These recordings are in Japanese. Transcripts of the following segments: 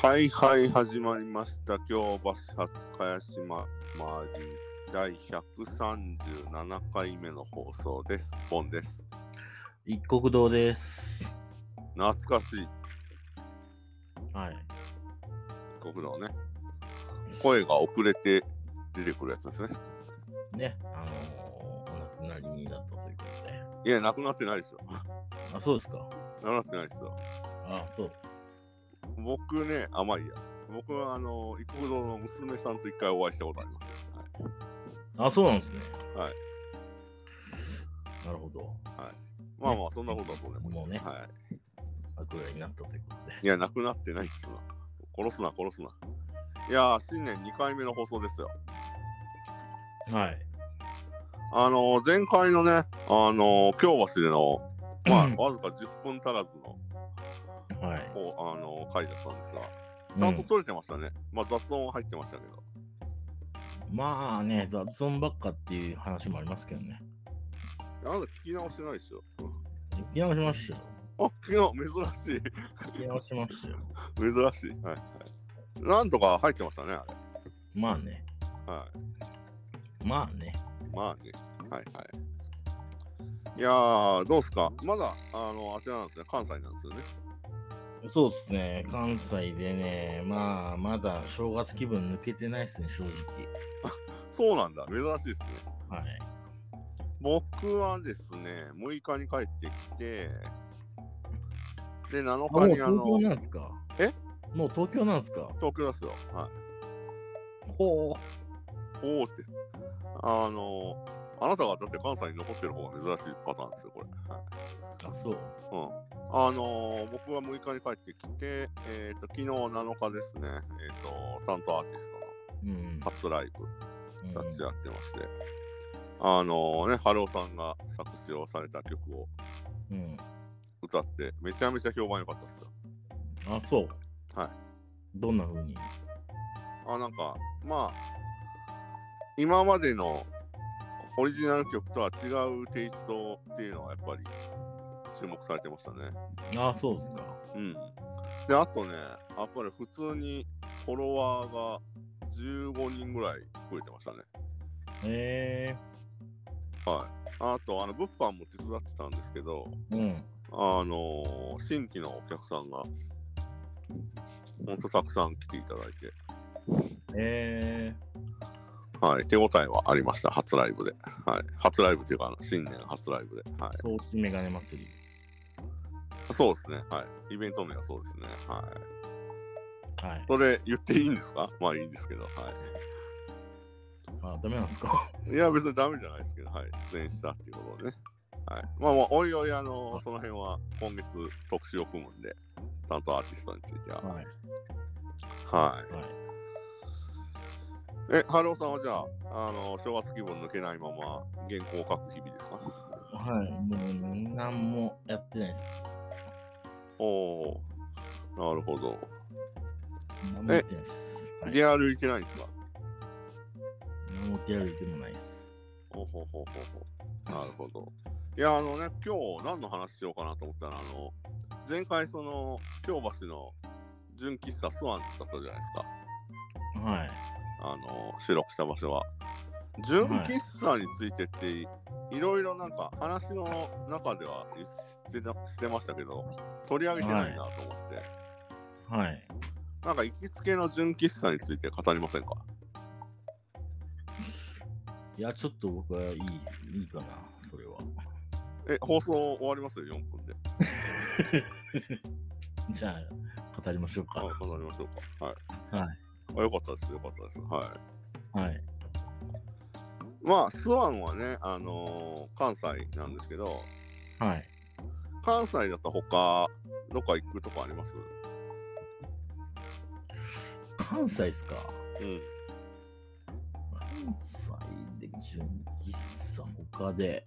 はいはい、始まりました。京橋初茅島周り第137回目の放送です。ボンです。 一国堂です。 懐かしいはい。 一国道ね。声が遅れて出てくるやつですね。 ね、お亡くなりになったということで。 いや、なくなってないですよ。 あ、そうですか。 なくなってないですよ。 あ、そう。 僕ね、まあいいや。僕は一国道の娘さんと一回お会いしたことあります。 あ、そうなんですね。 はい。 なるほど。 はい。まあまあ、そんなことはそうでももうね、 はい。 亡くなりになったということで。 いや、なくなってないっすな。殺すな。いやー、新年2回目の放送ですよ。 はい。 前回のね、京橋での、まあ、わずか10分足らずの、 はい。 回だったんですが、ちゃんと撮れてましたね。まあ、雑音入ってましたけど。 まあね、雑音ばっかっていう話もありますけどね。 なんで聞き直してないですよ。 聞き直しましたよ。 あ、珍しい。 聞き直しましたよ。 珍しい。はいはい。なんとか入ってましたね、あれ。 まあね。 はい。 まあね。 まあね。はいはい。いやー、どうすかまだ、あちらなんですね。関西なんですよね。 そうですね。関西でね、まあ、まだ正月気分抜けてないですね、正直。 そうなんだ。珍しいですね。 はい。 僕はですね、6日に帰ってきて、で、7 も日にう東京なんですか？もう東京なんですか？ 東京ですよ。はい。 ほう。 ほうって。あなたがだって関西に残ってる方が珍しいパターンですよ、これ。はい、 あ、そう。 僕は6日に帰ってきて、昨日7日ですね、担当アーティストの初ライブ立ち会ってまして、春尾さんが作詞をされた曲を歌って、めちゃめちゃ評判良かったですよ。 あ、そう。 はい。 どんな風に？ なんか、まあ、今までのオリジナル曲とは違うテイストっていうのはやっぱり注目されてましたね。 あ、そうですか。 うん。で、あとね、やっぱり普通にフォロワーが15人ぐらい増えてましたね。はい。あと、物販も手伝ってたんですけど、新規のお客さんがほんとたくさん来ていただいて。はい、手応えはありました、初ライブで。はい、初ライブっていうか、新年初ライブで。はい。 装置メガネ祭り。 そうですね。はい。イベント名はそうですね。はい。はい。それ言っていいんですか？まあいいんですけど、はい。 あ、ダメなんですか？ いや、別にダメじゃないですけど、はい。出演したっていうことでね。はい。まあ、おいおい、その辺は今月特集を組むんで、担当アーティストについては。はい。はい。春尾さんはじゃあ、正月気分抜けないまま原稿を書く日々ですか？ はい、もう何もやってないです。 おー、なるほど。 何もやってないです。 出歩いてないんですか？ 何も出歩いてもないです。 ほう。なるほど。いや、今日何の話しようかなと思ったら、前回その、京橋の純喫茶スワンだったじゃないですか。はい。収録した場所は。純喫茶についてって、いろいろなんか話の中ではしてましたけど、取り上げてないなと思って。はい。なんか行きつけの純喫茶について語りませんか？ いや、ちょっと僕はいいかな、それは。 放送終わりますよ、4分で。 じゃあ、語りましょうか。 語りましょうか。はい。はい。よかったです。はい。はい。まあ、スワンはね、関西なんですけど、はい。関西だと他、どっか行くとこあります？ 関西っすか？ うん。 関西で純喫茶他で。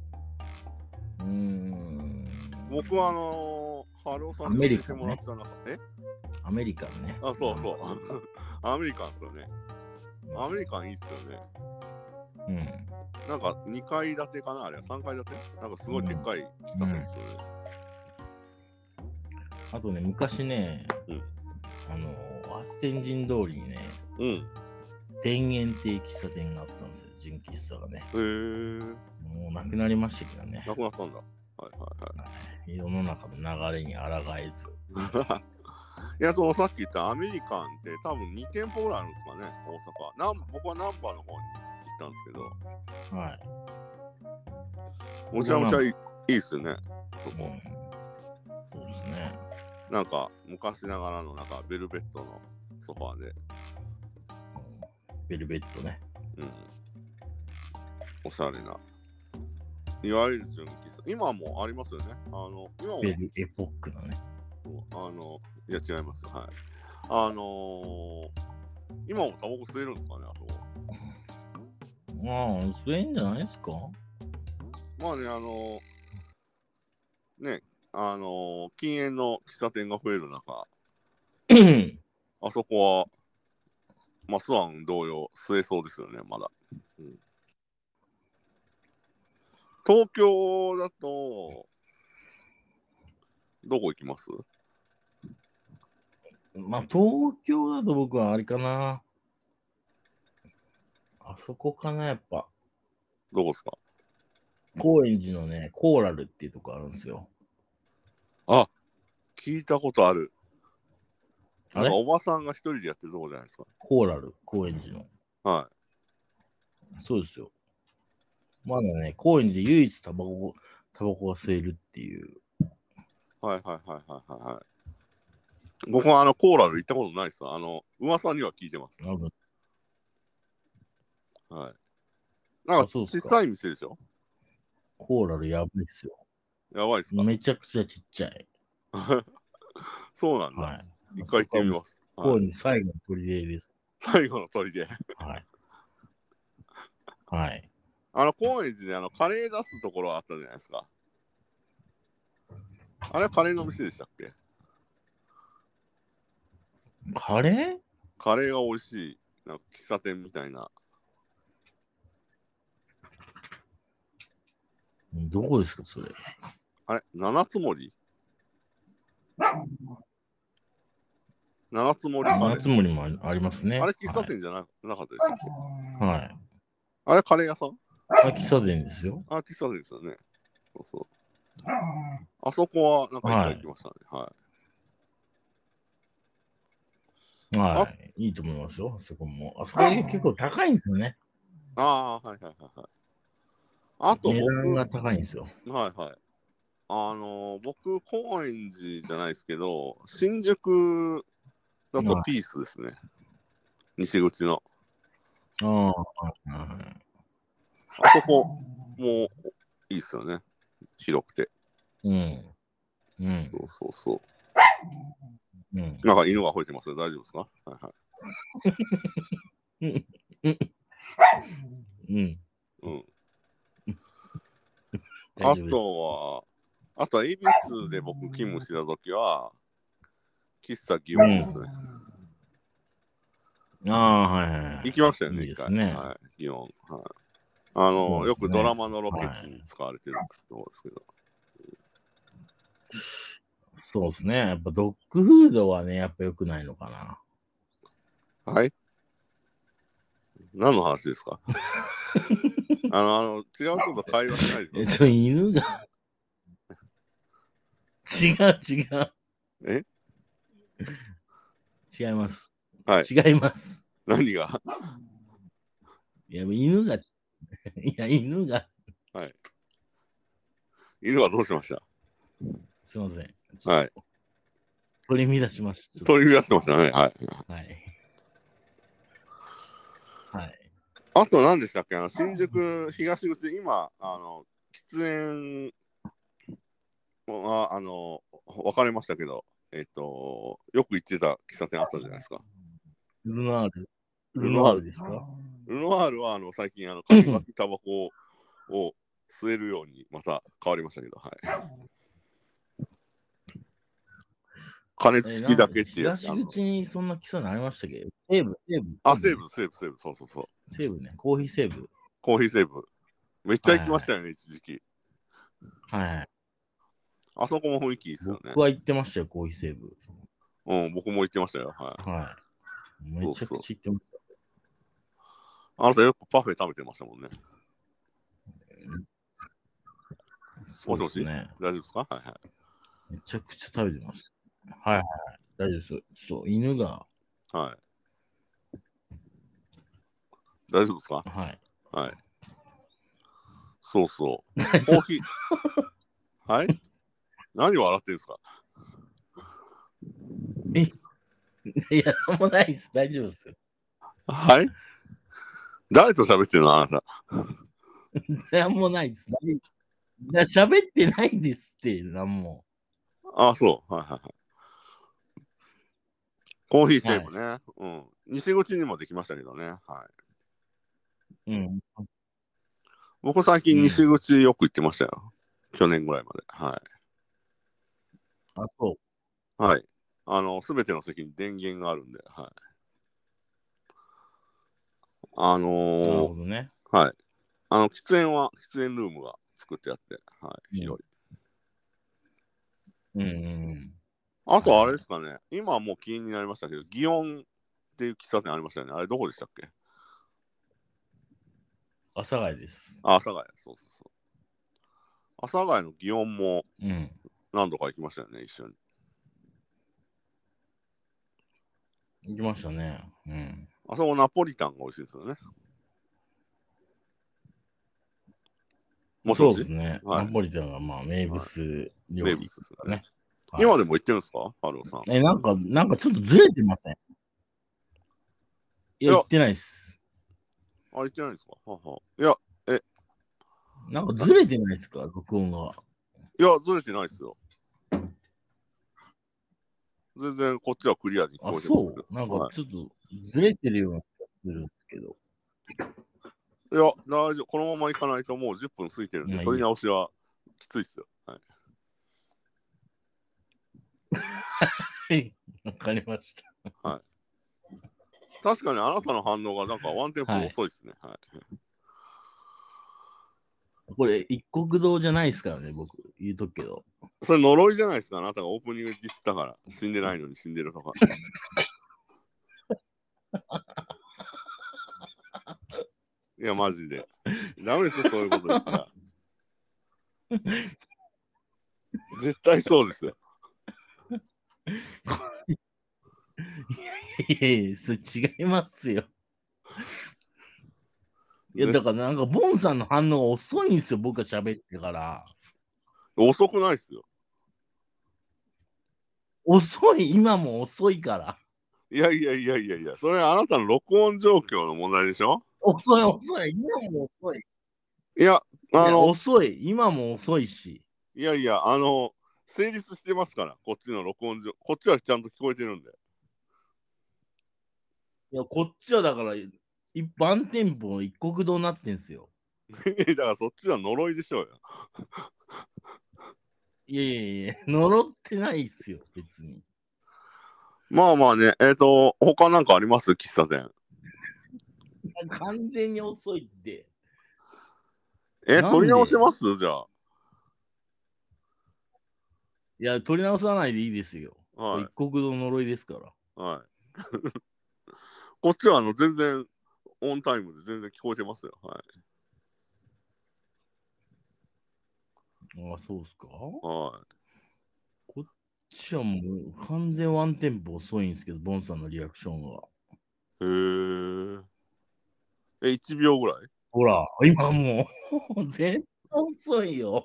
僕は春尾さんに教えてもらった中、 アメリカンね。 あ、そう。アメリカンっすよね。アメリカンいいっすよね。うん。なんか2階建てかなあれは3階建てなんかすごいでっかい喫茶店ですよね。 あとね、昔ね、 初天神通りにね、 うん。 田園亭喫茶店があったんですよ、純喫茶がね。 へえ。 もうなくなりましたけどね。 なくなったんだ。はいはい世の中の流れに抗えず。 はい。いや、そのさっき言ったアメリカンって多分2店舗ぐらいあるんですかね、大阪。僕はナンバーの方に行ったんですけど、 はい。 むちゃむちゃいいっすよね、そこ。 そうですね。 なんか昔ながらのなんかベルベットのソファーで、 ベルベットね。 うん。おしゃれな。いわゆる純喫茶。今もありますよね。今もベルエポックのね。 いや違います。はい。今もタバコ吸えるんですかね、あそこ。 まあ、吸えんじゃないですか。 まあね、禁煙の喫茶店が増える中、あそこは、まあ、スワン同様、吸えそうですよね、まだ。うん、東京だと、どこ行きます？ まあ、東京だと僕はあれかな。あそこかな、やっぱ。 どこですか？ 高円寺のね、コーラルっていうとこあるんですよ。 あ、聞いたことある。なんかあれおばさんが一人でやってるとこじゃないですか。 コーラル、高円寺の。 はそうですよ。まだね、高円寺で唯一タバコが吸えるっていう。 い。はいはいはいはいはい。僕はコーラル行ったことないです。噂には聞いてます。はい。なんあ、 かそうですか。 小さい店でしょ？ コーラルやばいっすよ。 やばいっすか？ めちゃくちゃちっちゃい。 そうなんだ。 はい。 一回行ってみます。 高はい、 円寺最後の砦です。 最後の砦で。 はい。はい。 高円寺でカレー出すところあったじゃないですか。あれはカレーの店でしたっけ？ カレーカレーが美味しい。なんか喫茶店みたいな。 どこですか、それ。 あれ七つ森七つ森カレー。 七つ森もありますね。 あれ喫茶店じゃなかったでしたっけ？ はい。 あれカレー屋さん？ あ、喫茶店ですよ。 あ、喫茶店ですよね。そうそう。あそこはなんか一回行きましたね。 はい。いいと思いますよ。あそこも。あそこ結構高いんですよね。 はいはいはいはい。あと値僕、 段が高いんですよ。 はいはい。僕、高円寺じゃないですけど、新宿だとピースですね。西口の。 あそこもいいっすよね。広くて。 うん。 そうそうそうん。 う。なんか犬が吠えてますよ。大丈夫ですか？はいはい。 うん。 うん。 大丈夫です。 あとは、恵比寿で僕勤務してた時は、喫茶祇園ですね。行きましたよね、 いいですね。 はい、祇園。はい。よくドラマのロケ地に使われてるところですけど。 そうですね。やっぱドッグフードはね、やっぱ良くないのかな。はい。何の話ですか？違う人と会話しないでください。 犬が違う。 え？ 違います。 はい。 違います。 何が？ いや、犬が、犬が。 はい。犬はどうしました？ すいません。 はい。 取り乱しました。 取り乱してましたね。はい。 はい。 あと何でしたっけ？新宿東口で今、喫煙は、分かれましたけど、よく行ってた喫茶店あったじゃないですか。 ルノアールですか？ ルノアールは、最近、紙巻きタバコを吸えるようにまた変わりましたけど、はい。加熱式だけってやつ。 東口にそんな喫茶店ありましたっけ？西武。 あ、西武、そうそうそう。 西武ね、コーヒー西武。 コーヒー西武。めっちゃ行きましたよね、一時期。 はい。 あそこも雰囲気いいっすよね。 僕は行ってましたよ、コーヒー西武。 うん、僕も行ってましたよ。はい。 めちゃくちゃ行ってました。 あなたよくパフェ食べてましたもんね。 そうですね。 大丈夫ですか？はいはい。 めちゃくちゃ食べてました。はいはい。大丈夫です。ちょっと犬が。 はい。大丈夫ですか？ はい。 はい。そうそう。コーヒー。はい。何笑ってんですか？ いや、なんもないです。大丈夫ですよ。 はい。誰と喋ってるのあなた。 なんもないです。喋ってないんですって、なんも。 あ、そう。はいはいはい。コーヒーセーブね。はい、うん。西口にもできましたけどね。はい。 うん。 僕最近西口よく行ってましたよ。去年ぐらいまで。はい。 あ、そう。 はい。すべての席に電源があるんで、はい。 なるほどね。 はい。喫煙ルームが作ってあって、はい。広い。 うん。 あとあれですかね。今はもう気になりましたけど、祇園っていう喫茶店ありましたよね。あれどこでしたっけ？ 阿佐ヶ谷です。 あ、阿佐ヶ谷。そうそうそう。阿佐ヶ谷の祇園も何度か行きましたよね、一緒に。 行きましたね。うん。 あそこナポリタンが美味しいですよね。もしもし？ そうですね。 はい、 ナポリタンがまあ名物料理、 名物ですよね。 はい、 今でも行ってるんですか？ハルオさん。 なんかちょっとずれてません？いや、行ってないです。 あ、行ってないんですか？はは。いや、 なんかずれてないですか？録音が。 いや、ずれてないですよ。全然こっちはクリアに聞こえてますけど。 なんかちょっとずれてるような気がするんですけど。 いや、大丈夫。このまま行かないともう10分過ぎてるんで、取り直しはきついっすよ。はい。 わかりました。 はい。確かにあなたの反応がなんかワンテンポ遅いですね。はい。 これ、一国道じゃないですからね、僕、言うとくけど。 それ呪いじゃないですか、あなたがオープニングでディスったから。死んでないのに死んでるとか。いや、マジで。ダメですよ、そういうこと言ったら。絶対そうですよ。 いやいや、それ違いますよ。いや、だからなんか、ボンさんの反応が遅いんですよ、僕が喋ってから。 遅くないっすよ。 遅い、今も遅いから。 いやいやいやいやいや、それあなたの録音状況の問題でしょ？ 遅い、遅い、今も遅い。 いや、 遅い、今も遅いし。 いやいや、成立してますから、こっちの録音上、こっちはちゃんと聞こえてるんで。 いや、こっちはだから、一般店舗一国道になってんすよ。 だからそっちは呪いでしょうよ。 いやいやいや、呪ってないっすよ、別に。 まあまあね、他なんかあります喫茶店。 完全に遅いって。 取り直せますじゃあ。 いや、取り直さないでいいですよ。 はい。 一国道呪いですから。 はい。こっちは全然オンタイムで全然聞こえてますよ。はい。 あ、そうっすか？ はい。 こっちはもう完全ワンテンポ遅いんですけど、ボンさんのリアクションが。 1秒ぐらい？ ほら、今もう絶対遅いよ。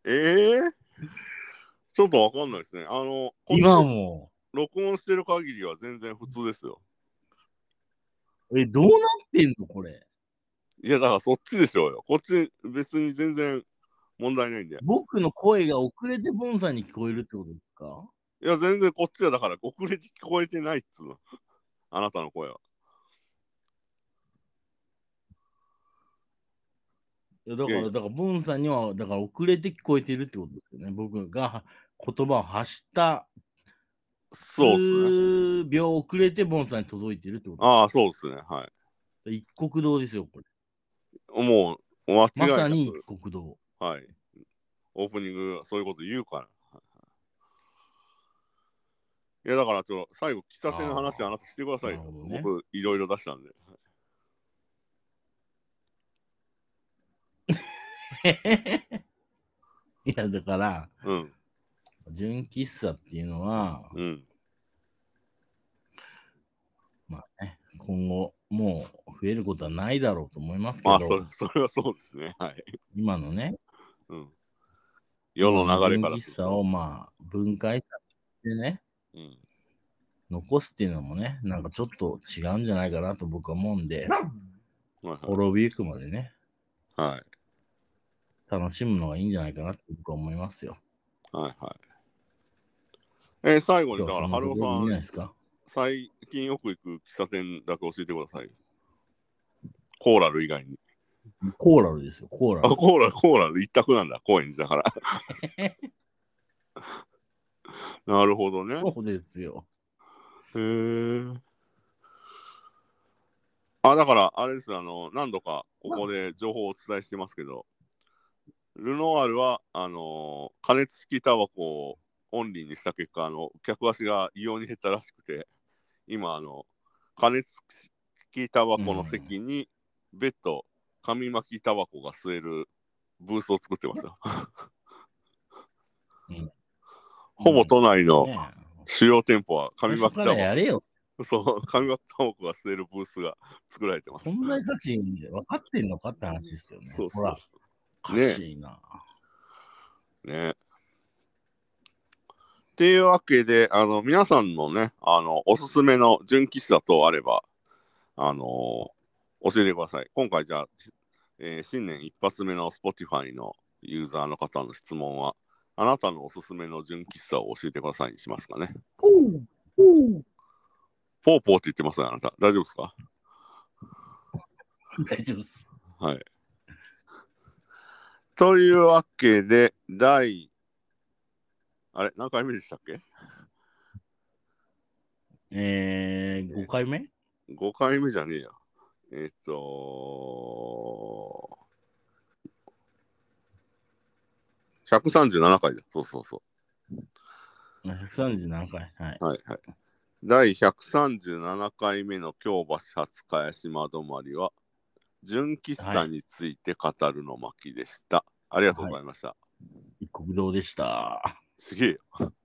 ちょっとわかんないですね。 今も。 録音してる限りは全然普通ですよ。 どうなってんのこれ。 いや、だからそっちでしょうよ。こっち別に全然問題ないんで。 僕の声が遅れてボンさんに聞こえるってことですか？ いや、全然こっちはだから遅れて聞こえてないっつうの。あなたの声は。 いやだから、ボンさんには、だから遅れて聞こえてるってことですよね。僕が言葉を発した数秒遅れてボンさんに届いてるってことです。 ああ、そうですね。はい。 一国道ですよ、これ。 もう、間違いなく。 まさに一国道。 はい。オープニング、そういうこと言うから。 いやだから最後喫茶店の話あなたしてくださいよ。 ね、 僕いろいろ出したんで。 いやだから、 うん。 純喫茶っていうのは、 うん。 まあね、今後もう増えることはないだろうと思いますけまあど、 それはそうですね。はい。 今のね、 うん。世の流れから純喫茶をまあ分解させてね、 うん。 残すっていうのもね、なんかちょっと違うんじゃないかなと僕は思うんで、 はいはい。 滅びゆくまでね、 はい。 楽しむのがいいんじゃないかなって僕は思いますよ。 はいはい。最後にだから、春尾さいいんじゃないん、 ですか。 最近よく行く喫茶店だけ教えてください。コーラル以外に。 コーラルですよ、コーラル。 あ、コーラル一択なんだ、高円寺だから。なるほどね。 そうですよ。 へえ。あ、だから、あれです、何度かここで情報をお伝えしてますけど、ルノワールは、加熱式タバコをオンリーにした結果、客足が異様に減ったらしくて、今、加熱式タバコの席に別途紙巻きタバコが吸えるブースを作ってますよ。ほぼ都内の主要店舗は紙巻きタバコ。そう、紙巻きタバコが吸えるブースが作られてます。 存在価値分かってんのかって話ですよね。 そうそう。 ほら、おかしいな。 ね。っていうわけで、皆さんのね、おすすめの純喫茶等あれば、教えてください。今回じゃあ、新年一発目の Spotify のユーザーの方の質問は、あなたのおすすめの純喫茶を教えてくださいにしますかね。ポーポーって言ってますね、あなた。大丈夫ですか？ 大丈夫です。 はい。というわけで、何回目でしたっけ ？5回目 ?5 回目じゃねえや。137回だ。そうそうそう。 137回。はい。 はいはい。第137回目の京橋初茅島止まりは、純喫茶について語るの巻でした。ありがとうございました。 一国道でした。 すげえよ。